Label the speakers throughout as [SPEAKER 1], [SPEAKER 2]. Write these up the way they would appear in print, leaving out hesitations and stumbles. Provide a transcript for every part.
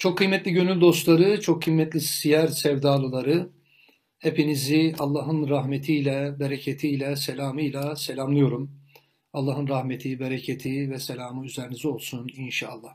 [SPEAKER 1] Çok kıymetli gönül dostları, çok kıymetli siyer sevdalıları, hepinizi Allah'ın rahmetiyle, bereketiyle, selamıyla selamlıyorum. Allah'ın rahmeti, bereketi ve selamı üzerinize olsun inşallah.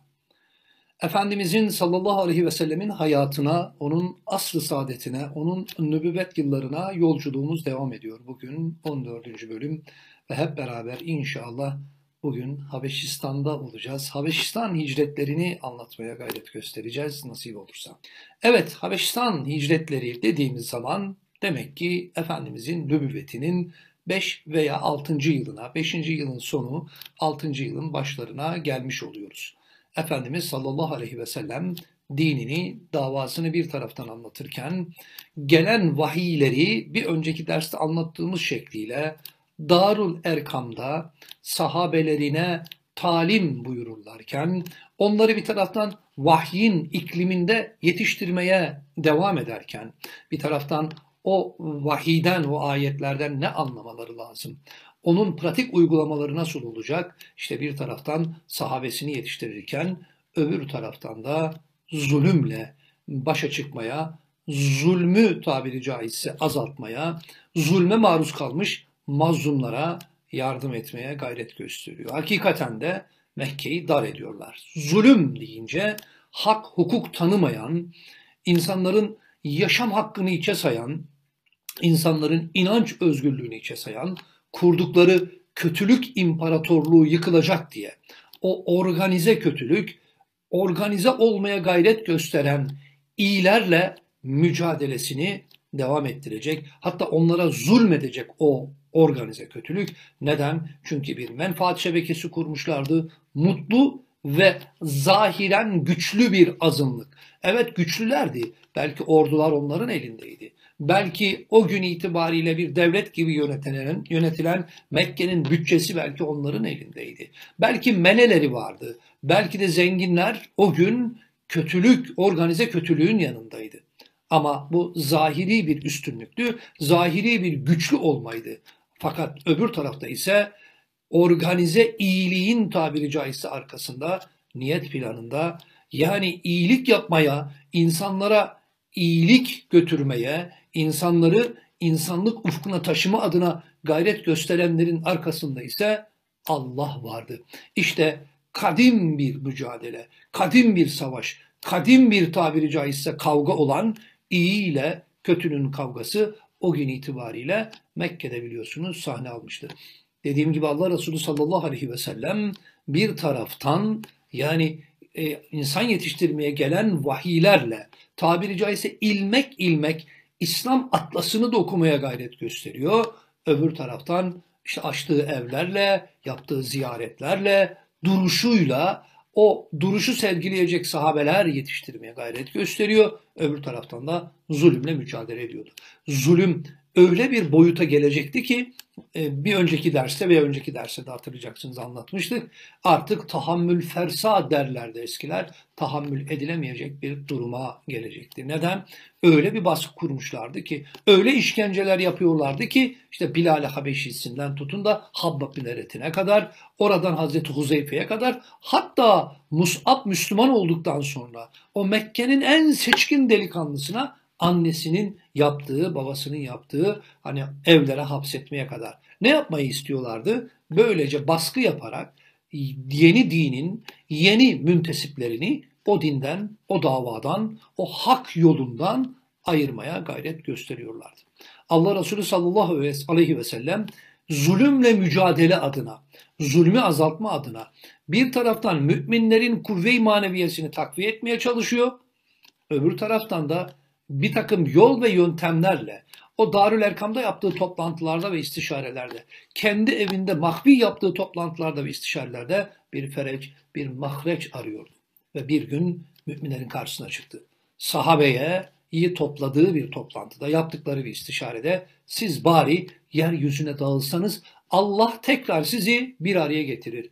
[SPEAKER 1] Efendimizin sallallahu aleyhi ve sellemin hayatına, onun asr-ı saadetine, onun nübüvvet yıllarına yolculuğumuz devam ediyor. Bugün 14. bölüm ve hep beraber inşallah bugün Habeşistan'da olacağız. Habeşistan hicretlerini anlatmaya gayret göstereceğiz nasip olursa. Evet, Habeşistan hicretleri dediğimiz zaman demek ki Efendimizin nübüvvetinin 5 veya 6. yılına, 5. yılın sonu, 6. yılın başlarına gelmiş oluyoruz. Efendimiz sallallahu aleyhi ve sellem dinini, davasını bir taraftan anlatırken gelen vahiyleri bir önceki derste anlattığımız şekliyle Darul Erkam'da sahabelerine talim buyururlarken onları bir taraftan vahyin ikliminde yetiştirmeye devam ederken bir taraftan o vahiyden, o ayetlerden ne anlamaları lazım? Onun pratik uygulamaları nasıl olacak? İşte bir taraftan sahabesini yetiştirirken öbür taraftan da zulümle başa çıkmaya, zulmü tabiri caizse azaltmaya, zulme maruz kalmış mazlumlara yardım etmeye gayret gösteriyor. Hakikaten de Mekke'yi dar ediyorlar. Zulüm deyince hak, hukuk tanımayan, insanların yaşam hakkını içe sayan, insanların inanç özgürlüğünü içe sayan, kurdukları kötülük imparatorluğu yıkılacak diye o organize kötülük, organize olmaya gayret gösteren iyilerle mücadelesini devam ettirecek. Hatta onlara zulmedecek o organize kötülük. Neden? Çünkü bir menfaat şebekesi kurmuşlardı. Mutlu ve zahiren güçlü bir azınlık. Evet, güçlülerdi. Belki ordular onların elindeydi. Belki o gün itibariyle bir devlet gibi yönetilen Mekke'nin bütçesi belki onların elindeydi. Belki meleleri vardı. Belki de zenginler o gün kötülük, organize kötülüğün yanındaydı. Ama bu zahiri bir üstünlüktü, zahiri bir güçlü olmaydı. Fakat öbür tarafta ise organize iyiliğin tabiri caizse arkasında, niyet planında, yani iyilik yapmaya, insanlara iyilik götürmeye, insanları insanlık ufkuna taşıma adına gayret gösterenlerin arkasında ise Allah vardı. İşte kadim bir mücadele, kadim bir savaş, kadim bir tabiri caizse kavga olan iyi ile kötünün kavgası o gün itibariyle Mekke'de biliyorsunuz sahne almıştı. Dediğim gibi Allah Resulü sallallahu aleyhi ve sellem bir taraftan yani insan yetiştirmeye gelen vahiylerle tabiri caizse ilmek ilmek İslam atlasını da okumaya gayret gösteriyor. Öbür taraftan işte açtığı evlerle, yaptığı ziyaretlerle, duruşuyla o duruşu sergileyecek sahabeler yetiştirmeye gayret gösteriyor. Öbür taraftan da zulümle mücadele ediyordu. Zulüm öyle bir boyuta gelecekti ki bir önceki derste ve önceki derste de hatırlayacaksınız anlatmıştık. Artık tahammül fersa derlerdi eskiler. Tahammül edilemeyecek bir duruma gelecekti. Neden? Öyle bir baskı kurmuşlardı ki, öyle işkenceler yapıyorlardı ki işte Bilal-i Habeşisi'nden tutun da Habbab bin Eret'ine kadar, oradan Hazreti Huzeyfe'ye kadar, hatta Mus'ab Müslüman olduktan sonra o Mekke'nin en seçkin delikanlısına annesinin yaptığı, babasının yaptığı hani evlere hapsetmeye kadar. Ne yapmayı istiyorlardı? Böylece baskı yaparak yeni dinin yeni müntesiplerini o dinden, o davadan, o hak yolundan ayırmaya gayret gösteriyorlardı. Allah Resulü sallallahu aleyhi ve sellem zulümle mücadele adına, zulmü azaltma adına bir taraftan müminlerin kuvve-i maneviyesini takviye etmeye çalışıyor, öbür taraftan da bir takım yol ve yöntemlerle o Darül Erkam'da yaptığı toplantılarda ve istişarelerde, kendi evinde mahvi yaptığı toplantılarda ve istişarelerde bir fereç, bir mahreç arıyordu. Ve bir gün müminlerin karşısına çıktı. Sahabeye iyi topladığı bir toplantıda, yaptıkları bir istişarede siz bari yeryüzüne dağılsanız Allah tekrar sizi bir araya getirir.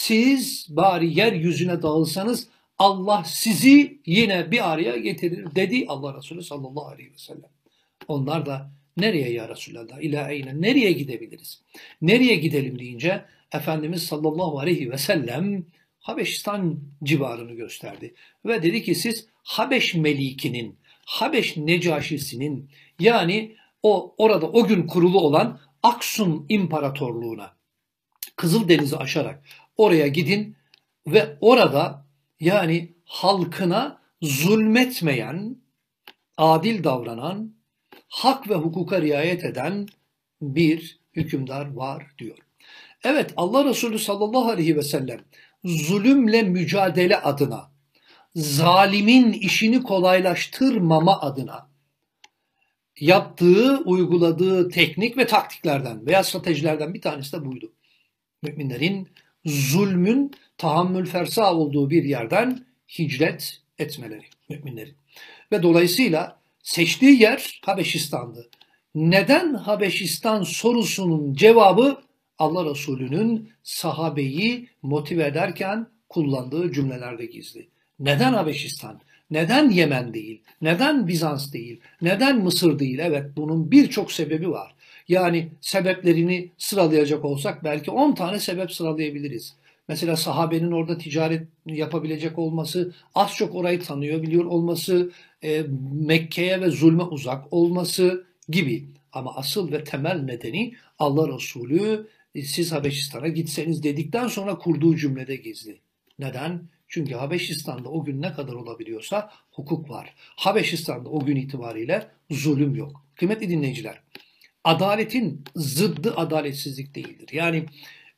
[SPEAKER 1] Siz bari yeryüzüne dağılsanız Allah sizi yine bir araya getirir dedi Allah Resulü sallallahu aleyhi ve sellem. Onlar da nereye ya Resulallah? İlâ eyne? Nereye gidebiliriz? Nereye gidelim deyince Efendimiz sallallahu aleyhi ve sellem Habeşistan civarını gösterdi. Ve dedi ki siz Habeş Meliki'nin, Habeş Necaşisi'nin yani orada o gün kurulu olan Aksum İmparatorluğu'na Kızıldeniz'i aşarak oraya gidin ve orada yani halkına zulmetmeyen, adil davranan, hak ve hukuka riayet eden bir hükümdar var diyor. Evet, Allah Resulü sallallahu aleyhi ve sellem zulümle mücadele adına, zalimin işini kolaylaştırmama adına yaptığı, uyguladığı teknik ve taktiklerden veya stratejilerden bir tanesi de buydu. Müminlerin zulmün tahammül fersa olduğu bir yerden hicret etmeleri müminlerin. Ve dolayısıyla seçtiği yer Habeşistan'dı. Neden Habeşistan sorusunun cevabı Allah Resulü'nün sahabeyi motive ederken kullandığı cümlelerde gizli. Neden Habeşistan? Neden Yemen değil? Neden Bizans değil? Neden Mısır değil? Evet, bunun birçok sebebi var. Yani sebeplerini sıralayacak olsak belki 10 tane sebep sıralayabiliriz. Mesela sahabenin orada ticaret yapabilecek olması, az çok orayı tanıyor, biliyor olması, Mekke'ye ve zulme uzak olması gibi. Ama asıl ve temel nedeni Allah Resulü siz Habeşistan'a gitseniz dedikten sonra kurduğu cümlede gizli. Neden? Çünkü Habeşistan'da o gün ne kadar olabiliyorsa hukuk var. Habeşistan'da o gün itibariyle zulüm yok. Kıymetli dinleyiciler, adaletin zıddı adaletsizlik değildir. Yani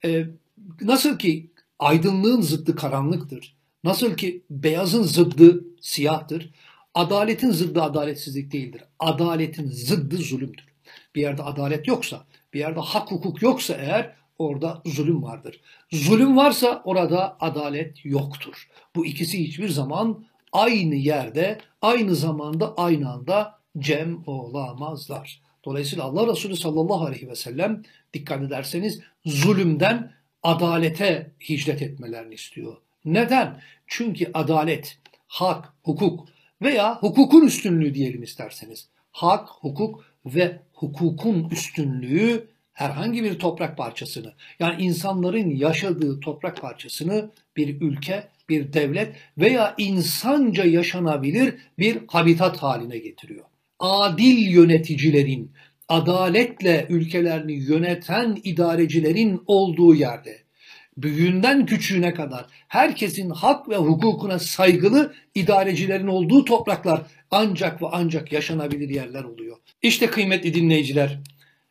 [SPEAKER 1] nasıl ki aydınlığın zıddı karanlıktır, nasıl ki beyazın zıddı siyahtır, adaletin zıddı adaletsizlik değildir. Adaletin zıddı zulümdür. Bir yerde adalet yoksa, bir yerde hak hukuk yoksa eğer orada zulüm vardır. Zulüm varsa orada adalet yoktur. Bu ikisi hiçbir zaman aynı yerde, aynı zamanda, aynı anda cem olamazlar. Dolayısıyla Allah Resulü sallallahu aleyhi ve sellem dikkat ederseniz zulümden adalete hicret etmelerini istiyor. Neden? Çünkü adalet, hak, hukuk veya hukukun üstünlüğü diyelim isterseniz. Hak, hukuk ve hukukun üstünlüğü herhangi bir toprak parçasını, yani insanların yaşadığı toprak parçasını bir ülke, bir devlet veya insanca yaşanabilir bir habitat haline getiriyor. Adil yöneticilerin, adaletle ülkelerini yöneten idarecilerin olduğu yerde, büyüğünden küçüğüne kadar herkesin hak ve hukukuna saygılı idarecilerin olduğu topraklar ancak ve ancak yaşanabilir yerler oluyor. İşte kıymetli dinleyiciler,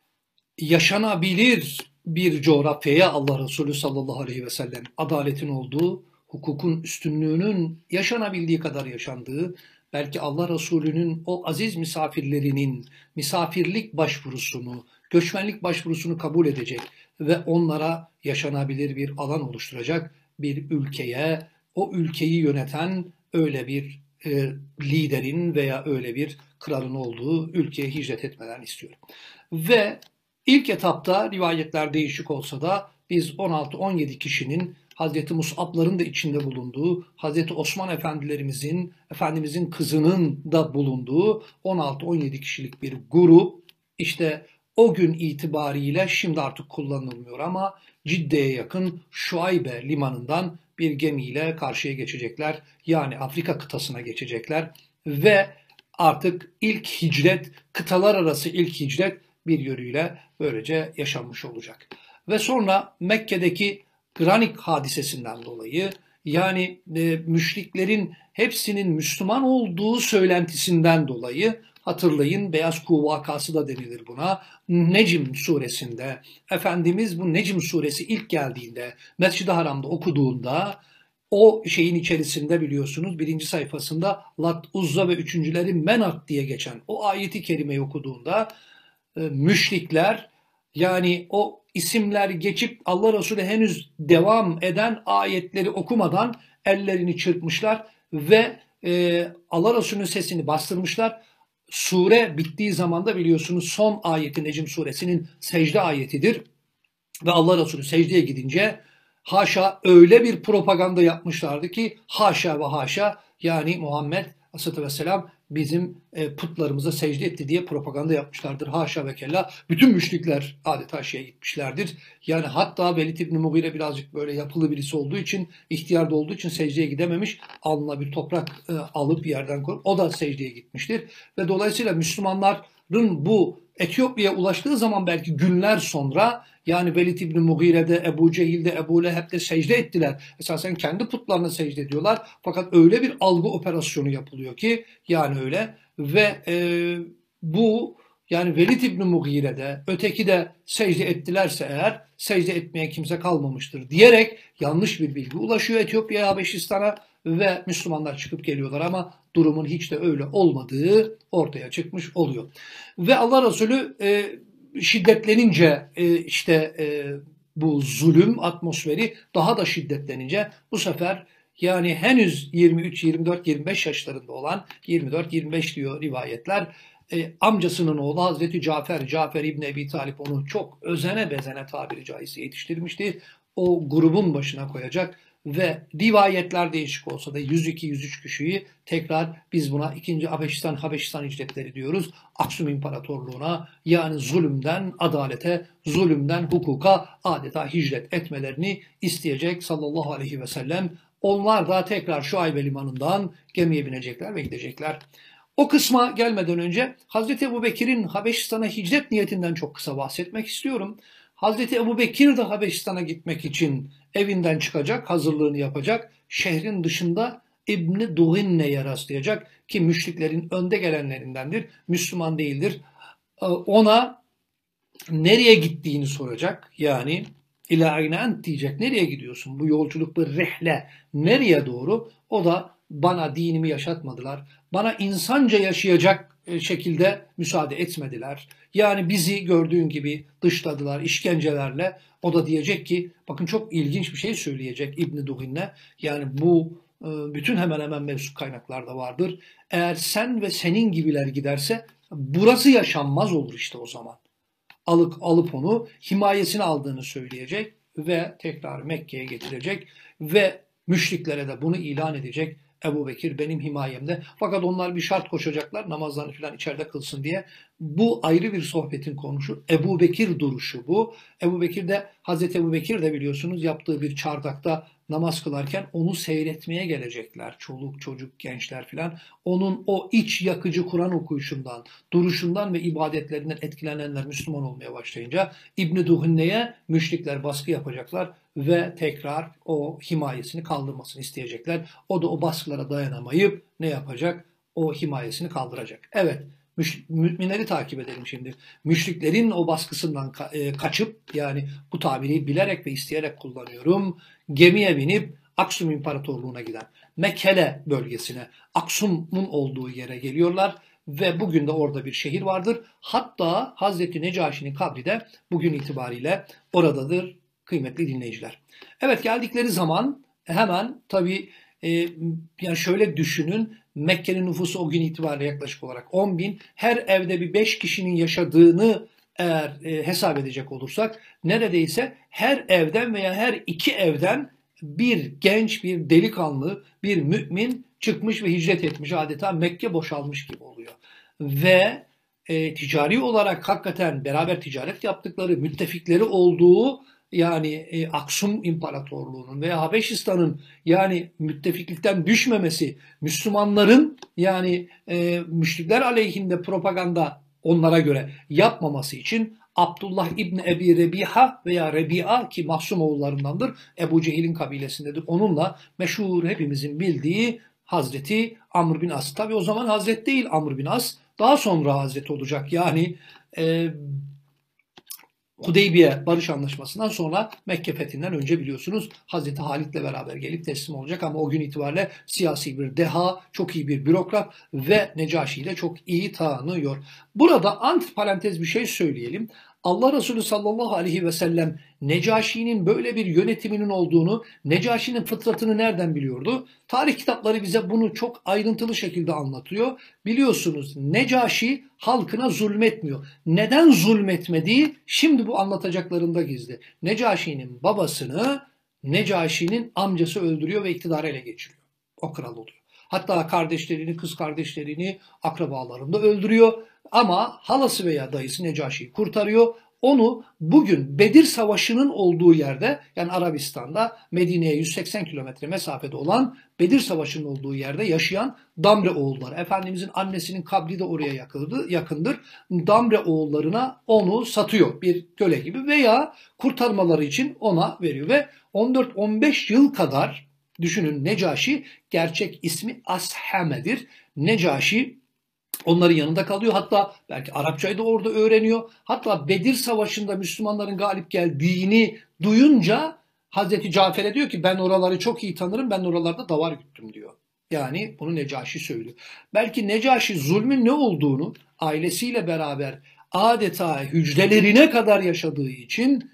[SPEAKER 1] yaşanabilir bir coğrafyaya Allah Resulü sallallahu aleyhi ve sellem adaletin olduğu, hukukun üstünlüğünün yaşanabildiği kadar yaşandığı, belki Allah Resulü'nün o aziz misafirlerinin misafirlik başvurusunu, göçmenlik başvurusunu kabul edecek ve onlara yaşanabilir bir alan oluşturacak bir ülkeye, o ülkeyi yöneten öyle bir liderin veya öyle bir kralın olduğu ülkeye hicret etmelerini istiyorum. Ve ilk etapta rivayetler değişik olsa da biz 16-17 kişinin Hazreti Mus'ab'ların da içinde bulunduğu, Hazreti Osman Efendimizin kızının da bulunduğu 16-17 kişilik bir grup, işte o gün itibariyle şimdi artık kullanılmıyor ama Cidde'ye yakın Şuaybe limanından bir gemiyle karşıya geçecekler. Yani Afrika kıtasına geçecekler ve artık ilk hicret, kıtalar arası ilk hicret bir yönüyle böylece yaşanmış olacak. Ve sonra Mekke'deki Granik hadisesinden dolayı, yani müşriklerin hepsinin Müslüman olduğu söylentisinden dolayı, hatırlayın Beyaz Kuğu vakası da denilir buna. Necm suresinde Efendimiz bu Necm suresi ilk geldiğinde Mescid-i Haram'da okuduğunda o şeyin içerisinde biliyorsunuz birinci sayfasında Lat, Uzza ve üçüncüleri Menat diye geçen o ayeti kerimeyi okuduğunda müşrikler, yani o isimler geçip Allah Resulü henüz devam eden ayetleri okumadan ellerini çırpmışlar ve Allah Resulü'nün sesini bastırmışlar. Sure bittiği zaman da biliyorsunuz son ayeti Necm suresinin secde ayetidir. Ve Allah Resulü secdeye gidince haşa öyle bir propaganda yapmışlardı ki haşa ve haşa, yani Muhammed Aleyhisselatü Vesselam bizim putlarımıza secde etti diye propaganda yapmışlardır. Haşa ve kella. Bütün müşrikler adeta şeye gitmişlerdir. Yani hatta Velid İbni Mughire birazcık böyle yapılı birisi olduğu için, ihtiyarda olduğu için secdeye gidememiş. Alnına bir toprak alıp yerden koyup o da secdeye gitmiştir. Ve dolayısıyla Müslümanların bu Etiyopya'ya ulaştığı zaman belki günler sonra yani Velid İbni Mughire'de, Ebu Cehil'de, Ebu Leheb'de secde ettiler. Esasen kendi putlarına secde ediyorlar. Fakat öyle bir algı operasyonu yapılıyor ki yani öyle ve bu yani Velid İbni Mughire'de öteki de secde ettilerse eğer secde etmeye kimse kalmamıştır diyerek yanlış bir bilgi ulaşıyor Etiyopya'ya, Habeşistan'a ve Müslümanlar çıkıp geliyorlar ama durumun hiç de öyle olmadığı ortaya çıkmış oluyor. Ve Allah Resulü şiddetlenince bu zulüm atmosferi daha da şiddetlenince bu sefer yani henüz 23, 24, 25 yaşlarında olan 24-25 diyor rivayetler amcasının oğlu Hazreti Cafer İbni Ebi Talip onu çok özene bezene tabiri caizse yetiştirmişti. O grubun başına koyacak ve rivayetler değişik olsa da 102-103 kişiyi tekrar biz buna 2. Habeşistan hicretleri diyoruz. Aksum İmparatorluğu'na yani zulümden adalete, zulümden hukuka adeta hicret etmelerini isteyecek sallallahu aleyhi ve sellem. Onlar da tekrar Şuaybe limanından gemiye binecekler ve gidecekler. O kısma gelmeden önce Hazreti Ebubekir'in Habeşistan'a hicret niyetinden çok kısa bahsetmek istiyorum. Hazreti Ebubekir de Habeşistan'a gitmek için evinden çıkacak, hazırlığını yapacak. Şehrin dışında İbni Duhinne'ye rastlayacak ki müşriklerin önde gelenlerindendir. Müslüman değildir. Ona nereye gittiğini soracak. Yani ila ayne ent diyecek. Nereye gidiyorsun? Bu yolculuk bir rehle. Nereye doğru? O da bana dinimi yaşatmadılar. Bana insanca yaşayacak şekilde müsaade etmediler. Yani bizi gördüğün gibi dışladılar işkencelerle. O da diyecek ki bakın çok ilginç bir şey söyleyecek İbn Duhinne. Yani bu bütün hemen hemen mevcut kaynaklarda vardır. Eğer sen ve senin gibiler giderse burası yaşanmaz olur işte o zaman. Alıp onu himayesine aldığını söyleyecek ve tekrar Mekke'ye getirecek ve müşriklere de bunu ilan edecek. Ebubekir benim himayemde. Fakat onlar bir şart koşacaklar namazlarını falan içeride kılsın diye. Bu ayrı bir sohbetin konusu. Ebubekir duruşu bu. Hazreti Ebubekir de biliyorsunuz yaptığı bir çardakta namaz kılarken onu seyretmeye gelecekler. Çoluk, çocuk, gençler filan. Onun o iç yakıcı Kur'an okuyuşundan, duruşundan ve ibadetlerinden etkilenenler Müslüman olmaya başlayınca İbn-i Duhinne'ye müşrikler baskı yapacaklar ve tekrar o himayesini kaldırmasını isteyecekler. O da o baskılara dayanamayıp ne yapacak? O himayesini kaldıracak. Evet, müminleri takip edelim şimdi. Müşriklerin o baskısından kaçıp yani bu tabiri bilerek ve isteyerek kullanıyorum. Gemiye binip Aksum İmparatorluğu'na giden Mekkele bölgesine Aksum'un olduğu yere geliyorlar ve bugün de orada bir şehir vardır. Hatta Hazreti Necaşi'nin kabri de bugün itibariyle oradadır kıymetli dinleyiciler. Evet geldikleri zaman hemen tabii yani şöyle düşünün Mekke'nin nüfusu o gün itibariyle yaklaşık olarak 10 bin. Her evde bir 5 kişinin yaşadığını eğer hesap edecek olursak neredeyse her evden veya her 2 evden bir genç, bir delikanlı, bir mümin çıkmış ve hicret etmiş adeta Mekke boşalmış gibi oluyor. Ve ticari olarak hakikaten beraber ticaret yaptıkları, müttefikleri olduğu yani Aksum İmparatorluğu'nun veya Habeşistan'ın yani müttefiklikten düşmemesi, Müslümanların yani müşrikler aleyhinde propaganda onlara göre yapmaması için Abdullah İbni Ebi Rebiha veya Rebi'a ki Mahsum oğullarındandır. Ebu Cehil'in kabilesindedir. Onunla meşhur hepimizin bildiği Hazreti Amr bin As. Tabi o zaman Hazret değil Amr bin As. Daha sonra Hazret olacak. Yani Hudeybiye Barış Anlaşması'ndan sonra Mekke fethinden önce biliyorsunuz Hazreti Halit'le beraber gelip teslim olacak ama o gün itibariyle siyasi bir deha, çok iyi bir bürokrat ve Necaşi'yi de çok iyi tanıyor. Burada antiparantez bir şey söyleyelim. Allah Resulü sallallahu aleyhi ve sellem Necaşi'nin böyle bir yönetiminin olduğunu, Necaşi'nin fıtratını nereden biliyordu? Tarih kitapları bize bunu çok ayrıntılı şekilde anlatıyor. Biliyorsunuz Necaşi halkına zulmetmiyor. Neden zulmetmediği şimdi bu anlatacaklarında gizli. Necaşi'nin babasını Necaşi'nin amcası öldürüyor ve iktidarı ele geçiriyor. O kral oluyor. Hatta kardeşlerini, kız kardeşlerini, akrabalarını da öldürüyor. Ama halası veya dayısı Necaşi'yi kurtarıyor. Onu bugün Bedir Savaşı'nın olduğu yerde, yani Arabistan'da Medine'ye 180 kilometre mesafede olan Bedir Savaşı'nın olduğu yerde yaşayan Damre oğulları. Efendimizin annesinin kabri de oraya yakındır. Damre oğullarına onu satıyor bir köle gibi veya kurtarmaları için ona veriyor ve 14-15 yıl kadar düşünün, Necaşi gerçek ismi Ashame'dir. Necaşi onların yanında kalıyor. Hatta belki Arapçayı da orada öğreniyor. Hatta Bedir Savaşı'nda Müslümanların galip geldiğini duyunca Hazreti Cafer'e diyor ki ben oraları çok iyi tanırım, ben oralarda davar güttüm diyor. Yani bunu Necaşi söylüyor. Belki Necaşi zulmün ne olduğunu ailesiyle beraber adeta hücrelerine kadar yaşadığı için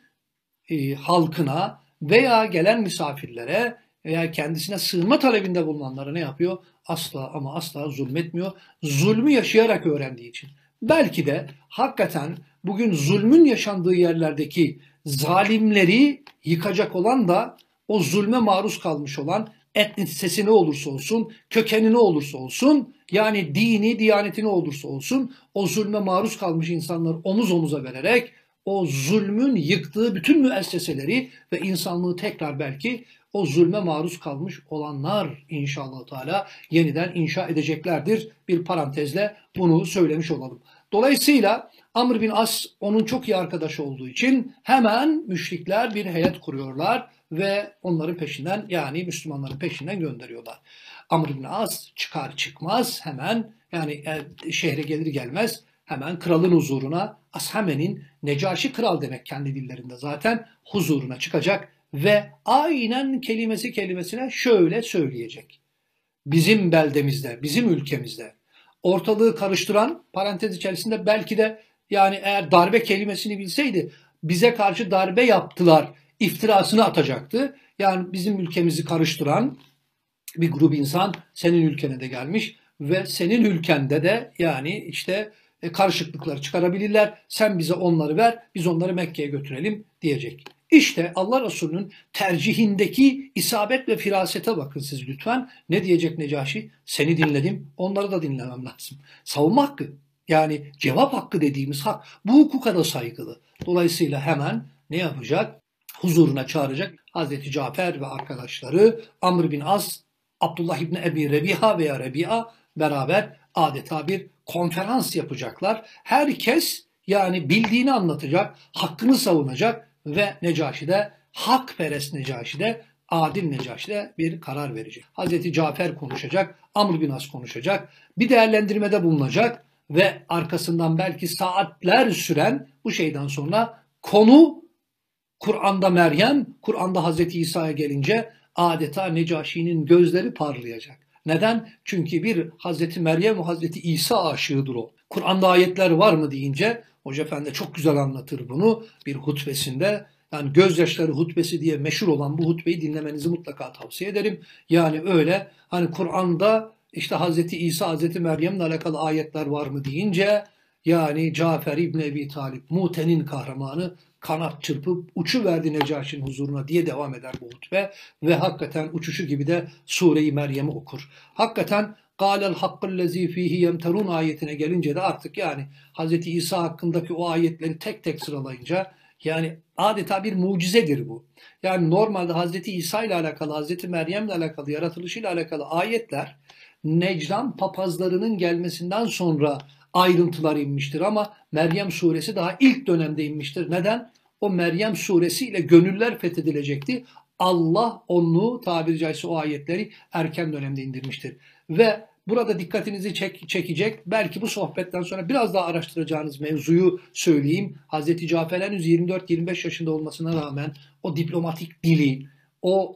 [SPEAKER 1] halkına veya gelen misafirlere veya kendisine sığınma talebinde bulunanlara ne yapıyor? Asla ama asla zulmetmiyor. Zulmü yaşayarak öğrendiği için. Belki de hakikaten bugün zulmün yaşandığı yerlerdeki zalimleri yıkacak olan da o zulme maruz kalmış olan, etnisitesi ne olursa olsun, kökeni ne olursa olsun, yani dini, diyaneti ne olursa olsun, o zulme maruz kalmış insanları omuz omuza vererek o zulmün yıktığı bütün müesseseleri ve insanlığı tekrar belki o zulme maruz kalmış olanlar inşallah Teala yeniden inşa edeceklerdir. Bir parantezle bunu söylemiş olalım. Dolayısıyla Amr bin As onun çok iyi arkadaşı olduğu için hemen müşrikler bir heyet kuruyorlar ve onların peşinden, yani Müslümanların peşinden gönderiyorlar. Amr bin As çıkar çıkmaz hemen, yani şehre gelir gelmez hemen kralın huzuruna, Ashame'nin, Necaşi kral demek kendi dillerinde zaten, huzuruna çıkacak ve aynen kelimesi kelimesine şöyle söyleyecek. Bizim beldemizde, bizim ülkemizde ortalığı karıştıran, parantez içerisinde belki de, yani eğer darbe kelimesini bilseydi bize karşı darbe yaptılar iftirasını atacaktı. Yani bizim ülkemizi karıştıran bir grup insan senin ülkene de gelmiş ve senin ülkende de yani işte karışıklıkları çıkarabilirler. Sen bize onları ver, biz onları Mekke'ye götürelim diyecek. İşte Allah Resulü'nün tercihindeki isabet ve firasete bakın siz lütfen. Ne diyecek Necaşi? Seni dinledim, onları da dinlemem lazım. Savunma hakkı, yani cevap hakkı dediğimiz hak, bu hukuka da saygılı. Dolayısıyla hemen ne yapacak? Huzuruna çağıracak Hazreti Cafer ve arkadaşları, Amr bin As, Abdullah İbni Ebi Rebiha veya Rebi'a beraber adeta bir konferans yapacaklar. Herkes yani bildiğini anlatacak, hakkını savunacak ve Necaşi de, hakperest Necaşi de, adil Necaşi de bir karar verecek. Hazreti Cafer konuşacak, Amr bin As konuşacak, bir değerlendirmede bulunacak ve arkasından belki saatler süren bu şeyden sonra konu Kur'an'da Meryem, Kur'an'da Hazreti İsa'ya gelince adeta Necaşi'nin gözleri parlayacak. Neden? Çünkü bir Hazreti Meryem ve Hazreti İsa aşığıdır o. Kur'an'da ayetler var mı deyince Hoca Efendi çok güzel anlatır bunu bir hutbesinde. Yani gözyaşları hutbesi diye meşhur olan bu hutbeyi dinlemenizi mutlaka tavsiye ederim. Yani öyle hani Kur'an'da işte Hazreti İsa, Hazreti Meryem'le alakalı ayetler var mı deyince yani Cafer İbni Ebi Talip, Mute'nin kahramanı, kanat çırpıp uçuverdi Necaşi'nin huzuruna diye devam eder bu hutbe ve hakikaten uçuşu gibi de Sure-i Meryem'i okur. Hakikaten قَالَ الْحَقِّ الَّذ۪ي ف۪يهِ يَمْتَرُونَ ayetine gelince de artık yani Hz. İsa hakkındaki o ayetleri tek tek sıralayınca yani adeta bir mucizedir bu. Yani normalde Hz. İsa ile alakalı, Hz. Meryem ile alakalı, yaratılışıyla alakalı ayetler Necran papazlarının gelmesinden sonra ayrıntılar inmiştir ama Meryem suresi daha ilk dönemde inmiştir. Neden? O Meryem suresiyle gönüller fethedilecekti. Allah onu tabiri caizse o ayetleri erken dönemde indirmiştir. Ve burada dikkatinizi çekecek, belki bu sohbetten sonra biraz daha araştıracağınız mevzuyu söyleyeyim. Hazreti Cafer henüz 24-25 yaşında olmasına rağmen o diplomatik dili, o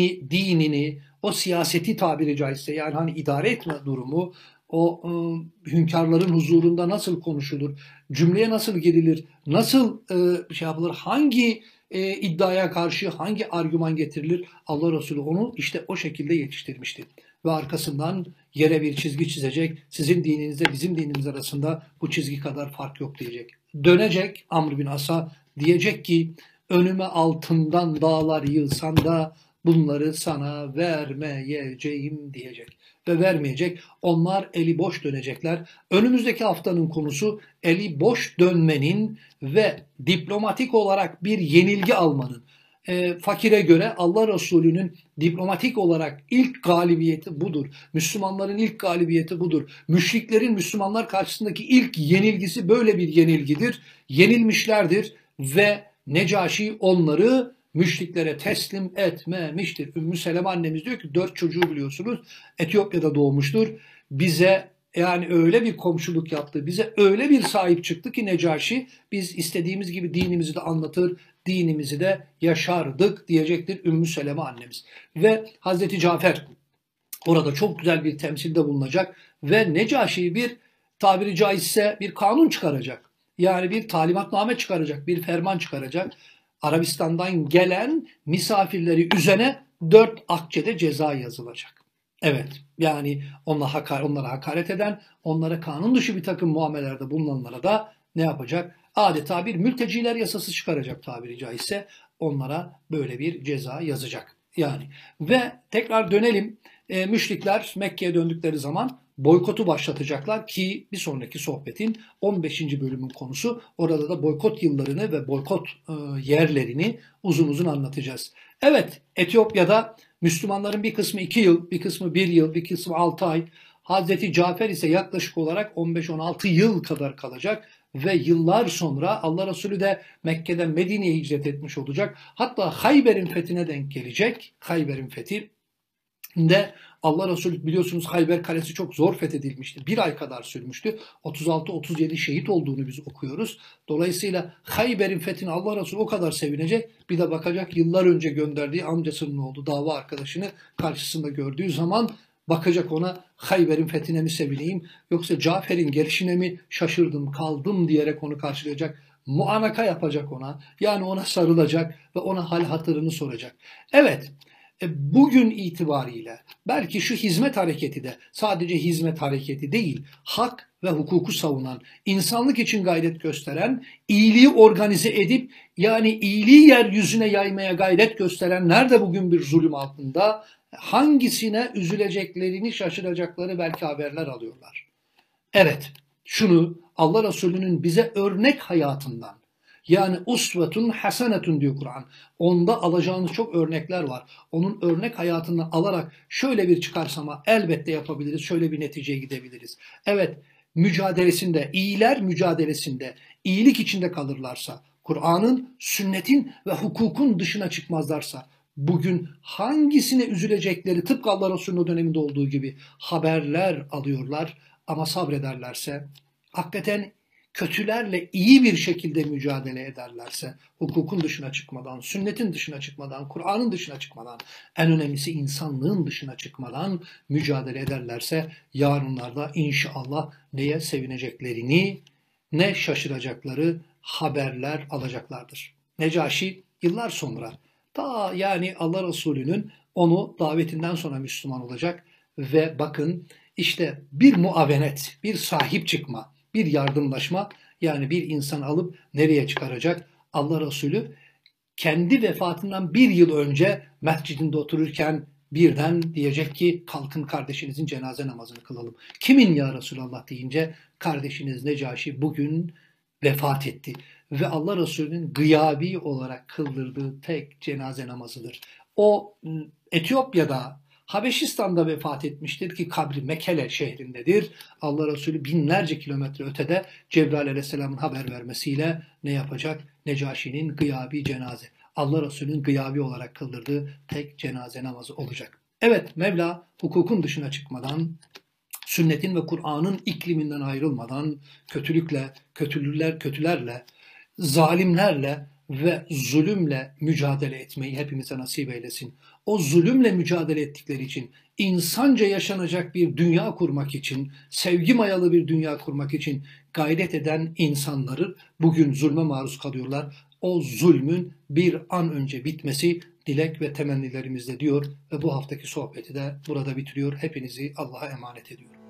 [SPEAKER 1] dinini, o siyaseti tabiri caizse yani hani idare etme durumu, o hünkârların huzurunda nasıl konuşulur, cümleye nasıl girilir, nasıl şey yapılır, hangi iddiaya karşı hangi argüman getirilir, Allah Resulü onu işte o şekilde yetiştirmişti. Ve arkasından yere bir çizgi çizecek, sizin dininizle bizim dinimiz arasında bu çizgi kadar fark yok diyecek. Dönecek Amr bin As'a, diyecek ki önüme altından dağlar yığsan da bunları sana vermeyeceğim diyecek. Ve vermeyecek. Onlar eli boş dönecekler. Önümüzdeki haftanın konusu eli boş dönmenin ve diplomatik olarak bir yenilgi almanın. Fakire göre Allah Resulü'nün diplomatik olarak ilk galibiyeti budur. Müslümanların ilk galibiyeti budur. Müşriklerin Müslümanlar karşısındaki ilk yenilgisi böyle bir yenilgidir. Yenilmişlerdir ve Necaşi onları müşriklere teslim etmemiştir. Ümmü Seleme annemiz diyor ki 4 çocuğu biliyorsunuz Etiyopya'da doğmuştur. Bize yani öyle bir komşuluk yaptı, bize öyle bir sahip çıktı ki Necaşi biz istediğimiz gibi dinimizi de anlatır, dinimizi de yaşardık diyecektir Ümmü Seleme annemiz. Ve Hazreti Cafer orada çok güzel bir temsilde bulunacak ve Necaşi bir tabiri caizse bir kanun çıkaracak. Yani bir talimatname çıkaracak, bir ferman çıkaracak. Arabistan'dan gelen misafirleri üzerine 4 akçede ceza yazılacak. Evet, yani onlara hakaret eden, onlara kanun dışı bir takım muamelelerde bulunanlara da ne yapacak? Adeta bir mülteciler yasası çıkaracak tabiri caizse. Onlara böyle bir ceza yazacak. Yani ve tekrar dönelim. Müşrikler Mekke'ye döndükleri zaman boykotu başlatacaklar ki bir sonraki sohbetin 15. bölümün konusu. Orada da boykot yıllarını ve boykot yerlerini uzun uzun anlatacağız. Evet, Etiyopya'da Müslümanların bir kısmı 2 yıl, bir kısmı 1 yıl, bir kısmı 6 ay. Hazreti Cafer ise yaklaşık olarak 15-16 yıl kadar kalacak ve yıllar sonra Allah Resulü de Mekke'den Medine'ye hicret etmiş olacak. Hatta Hayber'in fethine denk gelecek. Hayber'in fethi de Allah Resulü biliyorsunuz Hayber Kalesi çok zor fethedilmişti. Bir ay kadar sürmüştü. 36-37 şehit olduğunu biz okuyoruz. Dolayısıyla Hayber'in fethine Allah Resulü o kadar sevinecek. Bir de bakacak yıllar önce gönderdiği amcasının oğlu dava arkadaşını karşısında gördüğü zaman bakacak ona Hayber'in fethine mi sevineyim yoksa Cafer'in gelişine mi şaşırdım kaldım diyerek onu karşılayacak. Muanaka yapacak ona. Yani ona sarılacak ve ona hal hatırını soracak. Evet. Bugün itibariyle belki şu hizmet hareketi de sadece hizmet hareketi değil, hak ve hukuku savunan, insanlık için gayret gösteren, iyiliği organize edip yani iyiliği yeryüzüne yaymaya gayret gösterenler de bugün bir zulüm altında. Hangisine üzüleceklerini şaşıracakları belki haberler alıyorlar. Evet, şunu Allah Resulü'nün bize örnek hayatından yani usvetun hasenetun diyor Kur'an. Onda alacağınız çok örnekler var. Onun örnek hayatından alarak şöyle bir çıkarsama elbette yapabiliriz. Şöyle bir neticeye gidebiliriz. Evet, mücadelesinde, iyiler mücadelesinde, iyilik içinde kalırlarsa, Kur'an'ın, sünnetin ve hukukun dışına çıkmazlarsa, bugün hangisine üzülecekleri tıpkı Allah Resulü'nün döneminde olduğu gibi haberler alıyorlar ama sabrederlerse, hakikaten kötülerle iyi bir şekilde mücadele ederlerse, hukukun dışına çıkmadan, sünnetin dışına çıkmadan, Kur'an'ın dışına çıkmadan, en önemlisi insanlığın dışına çıkmadan mücadele ederlerse, yarınlarda inşallah neye sevineceklerini, ne şaşıracakları haberler alacaklardır. Necaşi yıllar sonra, ta yani Allah Resulü'nün onu davetinden sonra Müslüman olacak ve bakın işte bir muavenet, bir sahip çıkma, bir yardımlaşma yani bir insan alıp nereye çıkaracak? Allah Resulü kendi vefatından 1 yıl önce mescidinde otururken birden diyecek ki kalkın kardeşinizin cenaze namazını kılalım. Kimin ya Resulallah deyince kardeşiniz Necaşi bugün vefat etti. Ve Allah Resulü'nün gıyabi olarak kıldırdığı tek cenaze namazıdır. O Etiyopya'da Habeşistan'da vefat etmiştir ki kabri Mekele şehrindedir. Allah Resulü binlerce kilometre ötede Cebrail Aleyhisselam'ın haber vermesiyle ne yapacak? Necaşi'nin gıyabi cenaze. Allah Resulü'nün gıyabi olarak kıldırdığı tek cenaze namazı olacak. Evet Mevla hukukun dışına çıkmadan, sünnetin ve Kur'an'ın ikliminden ayrılmadan kötülerle, zalimlerle ve zulümle mücadele etmeyi hepimize nasip eylesin. O zulümle mücadele ettikleri için, insanca yaşanacak bir dünya kurmak için, sevgi mayalı bir dünya kurmak için gayret eden insanları bugün zulme maruz kalıyorlar. O zulmün bir an önce bitmesi dilek ve temennilerimizle diyor ve bu haftaki sohbeti de burada bitiriyor. Hepinizi Allah'a emanet ediyorum.